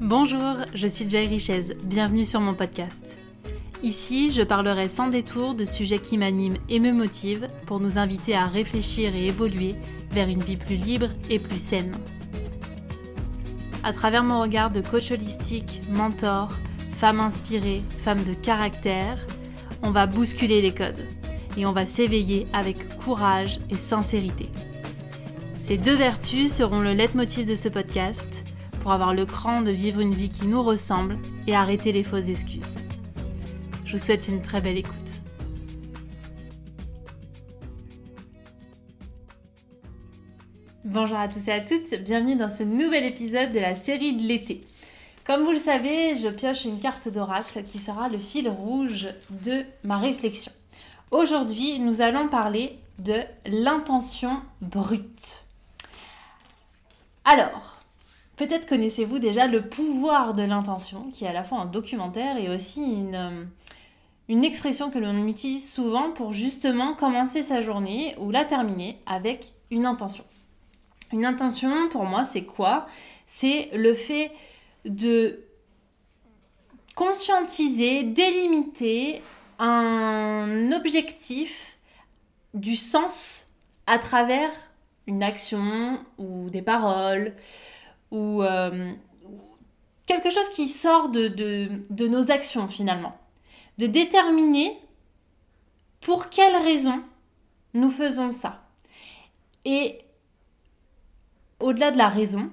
Bonjour, je suis Jay Richez, bienvenue sur mon podcast. Ici, je parlerai sans détour de sujets qui m'animent et me motivent pour nous inviter à réfléchir et évoluer vers une vie plus libre et plus saine. À travers mon regard de coach holistique, mentor, femme inspirée, femme de caractère, on va bousculer les codes et on va s'éveiller avec courage et sincérité. Ces deux vertus seront le leitmotiv de ce podcast pour avoir le cran de vivre une vie qui nous ressemble et arrêter les fausses excuses. Je vous souhaite une très belle écoute. Bonjour à tous et à toutes, bienvenue dans ce nouvel épisode de la série de l'été. Comme vous le savez, je pioche une carte d'oracle qui sera le fil rouge de ma réflexion. Aujourd'hui, nous allons parler de l'intention brute. Alors, peut-être connaissez-vous déjà le pouvoir de l'intention, qui est à la fois un documentaire et aussi une expression que l'on utilise souvent pour justement commencer sa journée ou la terminer avec une intention. Une intention, pour moi, c'est quoi ? C'est le fait de conscientiser, délimiter un objectif du sens à travers une action ou des paroles ou quelque chose qui sort de nos actions finalement. De déterminer pour quelle raison nous faisons ça. Et au-delà de la raison,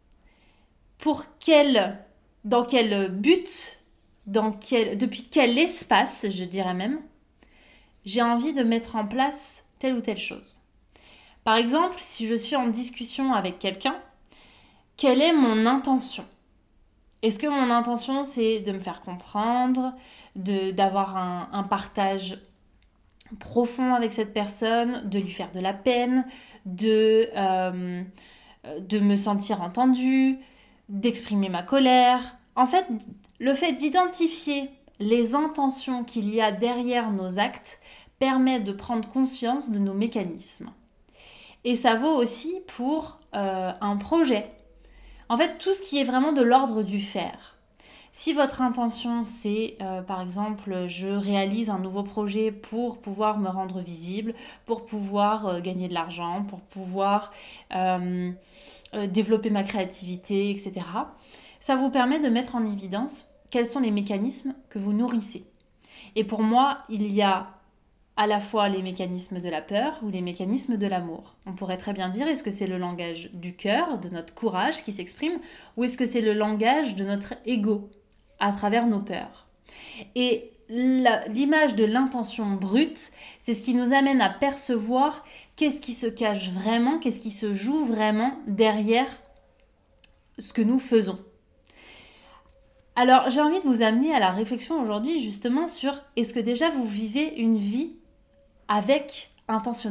dans quel but, depuis quel espace, je dirais même, j'ai envie de mettre en place telle ou telle chose. Par exemple, si je suis en discussion avec quelqu'un, quelle est mon intention ? Est-ce que mon intention, c'est de me faire comprendre, d'avoir un partage profond avec cette personne, de lui faire de la peine, de me sentir entendue, d'exprimer ma colère ? En fait, le fait d'identifier les intentions qu'il y a derrière nos actes permet de prendre conscience de nos mécanismes. Et ça vaut aussi pour un projet. En fait, tout ce qui est vraiment de l'ordre du faire. Si votre intention, c'est, par exemple, je réalise un nouveau projet pour pouvoir me rendre visible, pour pouvoir gagner de l'argent, pour pouvoir développer ma créativité, etc., ça vous permet de mettre en évidence quels sont les mécanismes que vous nourrissez. Et pour moi, il y a à la fois les mécanismes de la peur ou les mécanismes de l'amour. On pourrait très bien dire, est-ce que c'est le langage du cœur, de notre courage qui s'exprime, ou est-ce que c'est le langage de notre ego à travers nos peurs ? Et l'image de l'intention brute, c'est ce qui nous amène à percevoir qu'est-ce qui se cache vraiment, qu'est-ce qui se joue vraiment derrière ce que nous faisons. Alors, j'ai envie de vous amener à la réflexion aujourd'hui justement sur est-ce que déjà vous vivez une vie avec intentionnalité ?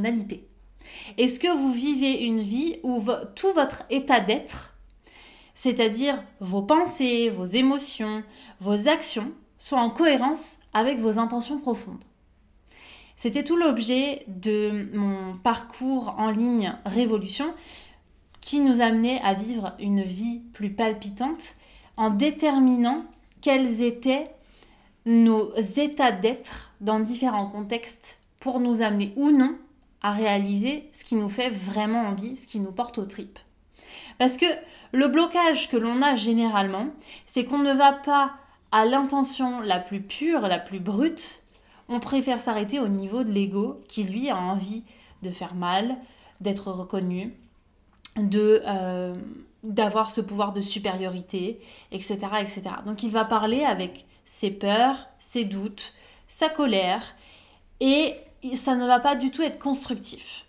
Est-ce que vous vivez une vie où tout votre état d'être, c'est-à-dire vos pensées, vos émotions, vos actions, sont en cohérence avec vos intentions profondes ? C'était tout l'objet de mon parcours en ligne Révolution qui nous amenait à vivre une vie plus palpitante en déterminant quels étaient nos états d'être dans différents contextes pour nous amener ou non à réaliser ce qui nous fait vraiment envie, ce qui nous porte aux tripes. Parce que le blocage que l'on a généralement, c'est qu'on ne va pas à l'intention la plus pure, la plus brute. On préfère s'arrêter au niveau de l'ego qui, lui, a envie de faire mal, d'être reconnu, d'avoir ce pouvoir de supériorité, etc., etc. Donc il va parler avec ses peurs, ses doutes, sa colère, et ça ne va pas du tout être constructif.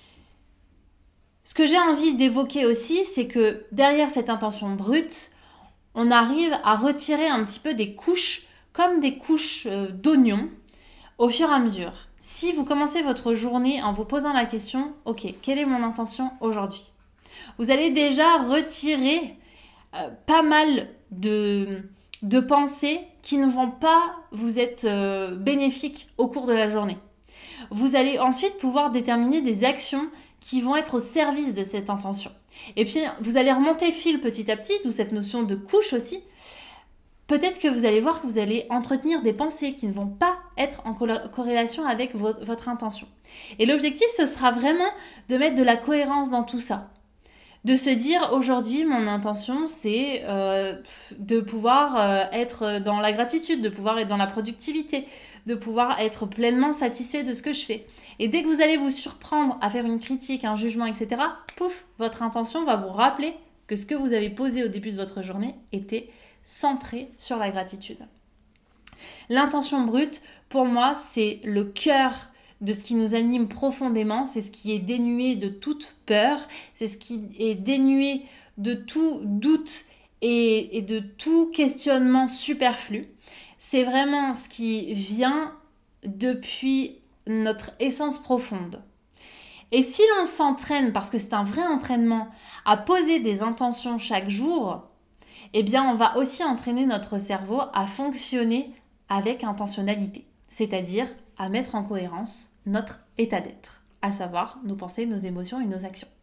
Ce que j'ai envie d'évoquer aussi, c'est que derrière cette intention brute, on arrive à retirer un petit peu des couches, comme des couches d'oignons, au fur et à mesure. Si vous commencez votre journée en vous posant la question, ok, quelle est mon intention aujourd'hui ? Vous allez déjà retirer pas mal de pensées qui ne vont pas vous être bénéfiques au cours de la journée. Vous allez ensuite pouvoir déterminer des actions qui vont être au service de cette intention. Et puis, vous allez remonter le fil petit à petit, d'où cette notion de couche aussi. Peut-être que vous allez voir que vous allez entretenir des pensées qui ne vont pas être en corrélation avec votre intention. Et l'objectif, ce sera vraiment de mettre de la cohérence dans tout ça. De se dire, aujourd'hui, mon intention, c'est de pouvoir être dans la gratitude, de pouvoir être dans la productivité, de pouvoir être pleinement satisfait de ce que je fais. Et dès que vous allez vous surprendre à faire une critique, un jugement, etc., pouf, votre intention va vous rappeler que ce que vous avez posé au début de votre journée était centré sur la gratitude. L'intention brute, pour moi, c'est le cœur de ce qui nous anime profondément, c'est ce qui est dénué de toute peur, c'est ce qui est dénué de tout doute et de tout questionnement superflu. C'est vraiment ce qui vient depuis notre essence profonde. Et si l'on s'entraîne, parce que c'est un vrai entraînement, à poser des intentions chaque jour, eh bien on va aussi entraîner notre cerveau à fonctionner avec intentionnalité, c'est-à-dire à mettre en cohérence notre état d'être, à savoir nos pensées, nos émotions et nos actions.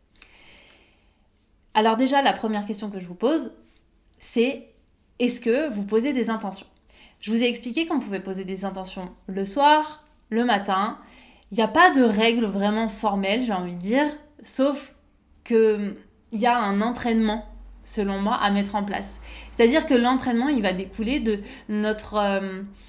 Alors déjà, la première question que je vous pose, c'est est-ce que vous posez des intentions ? Je vous ai expliqué qu'on pouvait poser des intentions le soir, le matin. Il n'y a pas de règle vraiment formelle, j'ai envie de dire, sauf qu'il y a un entraînement, selon moi, à mettre en place. C'est-à-dire que l'entraînement, il va découler de notre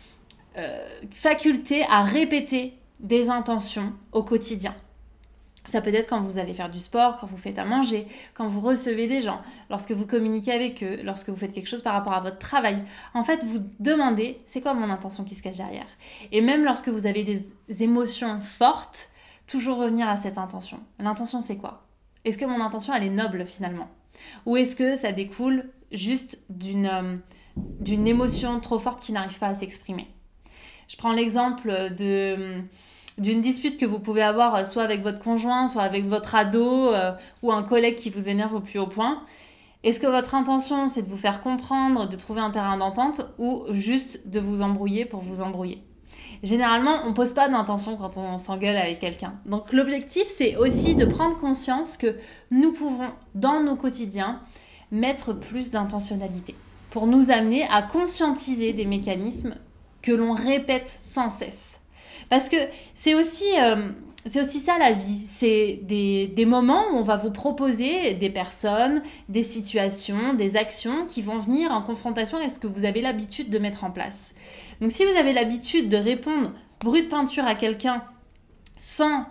faculté à répéter des intentions au quotidien. Ça peut être quand vous allez faire du sport, quand vous faites à manger, quand vous recevez des gens, lorsque vous communiquez avec eux, lorsque vous faites quelque chose par rapport à votre travail. En fait, vous demandez, c'est quoi mon intention qui se cache derrière ? Et même lorsque vous avez des émotions fortes, toujours revenir à cette intention. L'intention, c'est quoi ? Est-ce que mon intention, elle est noble finalement ? Ou est-ce que ça découle juste d'une émotion trop forte qui n'arrive pas à s'exprimer ? Je prends l'exemple d'une dispute que vous pouvez avoir soit avec votre conjoint, soit avec votre ado ou un collègue qui vous énerve au plus haut point. Est-ce que votre intention, c'est de vous faire comprendre, de trouver un terrain d'entente ou juste de vous embrouiller pour vous embrouiller ? Généralement, on ne pose pas d'intention quand on s'engueule avec quelqu'un. Donc l'objectif, c'est aussi de prendre conscience que nous pouvons, dans nos quotidiens, mettre plus d'intentionnalité pour nous amener à conscientiser des mécanismes que l'on répète sans cesse. Parce que c'est aussi ça la vie. C'est des moments où on va vous proposer des personnes, des situations, des actions qui vont venir en confrontation avec ce que vous avez l'habitude de mettre en place. Donc si vous avez l'habitude de répondre brut peinture à quelqu'un sans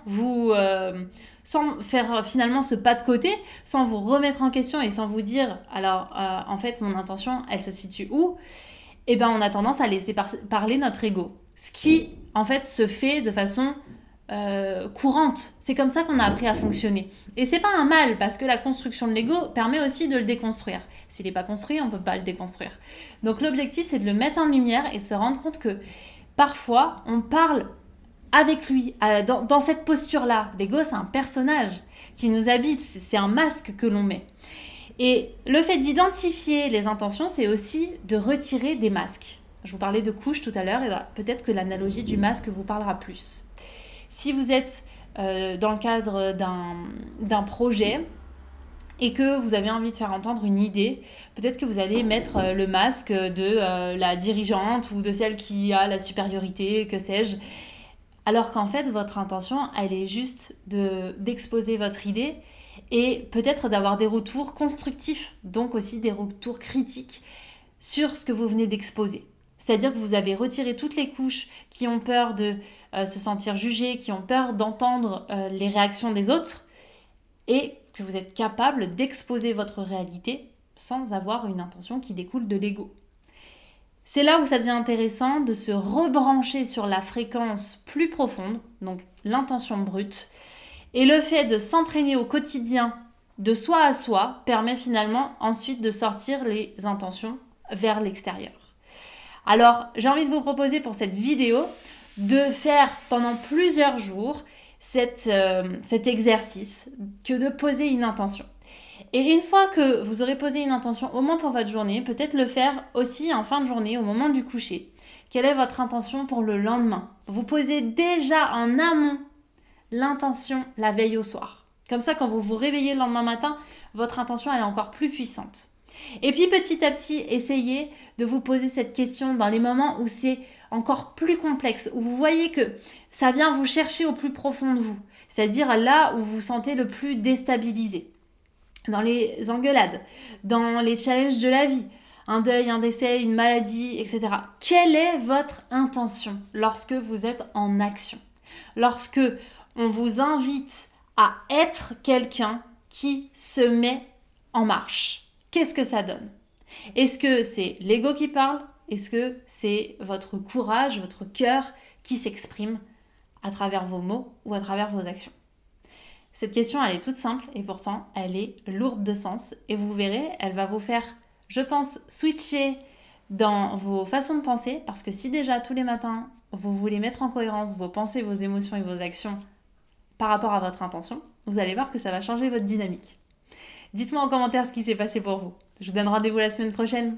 faire finalement ce pas de côté, sans vous remettre en question et sans vous dire alors en fait mon intention elle se situe où, eh ben on a tendance à laisser parler notre ego. Ce qui en fait se fait de façon courante. C'est comme ça qu'on a appris à fonctionner. Et c'est pas un mal parce que la construction de l'ego permet aussi de le déconstruire. S'il n'est pas construit, on peut pas le déconstruire. Donc l'objectif c'est de le mettre en lumière et de se rendre compte que parfois on parle avec lui, dans cette posture-là. L'ego, c'est un personnage qui nous habite, c'est un masque que l'on met. Et le fait d'identifier les intentions, c'est aussi de retirer des masques. Je vous parlais de couches tout à l'heure, et voilà, peut-être que l'analogie du masque vous parlera plus. Si vous êtes dans le cadre d'un projet et que vous avez envie de faire entendre une idée, peut-être que vous allez mettre le masque de la dirigeante ou de celle qui a la supériorité, que sais-je. Alors qu'en fait, votre intention, elle est juste d'exposer votre idée et peut-être d'avoir des retours constructifs, donc aussi des retours critiques sur ce que vous venez d'exposer. C'est-à-dire que vous avez retiré toutes les couches qui ont peur de se sentir jugées, qui ont peur d'entendre les réactions des autres et que vous êtes capable d'exposer votre réalité sans avoir une intention qui découle de l'ego. C'est là où ça devient intéressant de se rebrancher sur la fréquence plus profonde, donc l'intention brute. Et le fait de s'entraîner au quotidien de soi à soi permet finalement ensuite de sortir les intentions vers l'extérieur. Alors, j'ai envie de vous proposer pour cette vidéo de faire pendant plusieurs jours cet exercice que de poser une intention. Et une fois que vous aurez posé une intention au moins pour votre journée, peut-être le faire aussi en fin de journée, au moment du coucher. Quelle est votre intention pour le lendemain ? Vous posez déjà en amont l'intention la veille au soir. Comme ça, quand vous vous réveillez le lendemain matin, votre intention, elle est encore plus puissante. Et puis petit à petit, essayez de vous poser cette question dans les moments où c'est encore plus complexe, où vous voyez que ça vient vous chercher au plus profond de vous, c'est-à-dire là où vous vous sentez le plus déstabilisé. Dans les engueulades, dans les challenges de la vie, un deuil, un décès, une maladie, etc. Quelle est votre intention lorsque vous êtes en action? Lorsque on vous invite à être quelqu'un qui se met en marche. Qu'est-ce que ça donne? Est-ce que c'est l'ego qui parle? Est-ce que c'est votre courage, votre cœur qui s'exprime à travers vos mots ou à travers vos actions? Cette question, elle est toute simple et pourtant, elle est lourde de sens. Et vous verrez, elle va vous faire, je pense, switcher dans vos façons de penser. Parce que si déjà, tous les matins, vous voulez mettre en cohérence vos pensées, vos émotions et vos actions par rapport à votre intention, vous allez voir que ça va changer votre dynamique. Dites-moi en commentaire ce qui s'est passé pour vous. Je vous donne rendez-vous la semaine prochaine.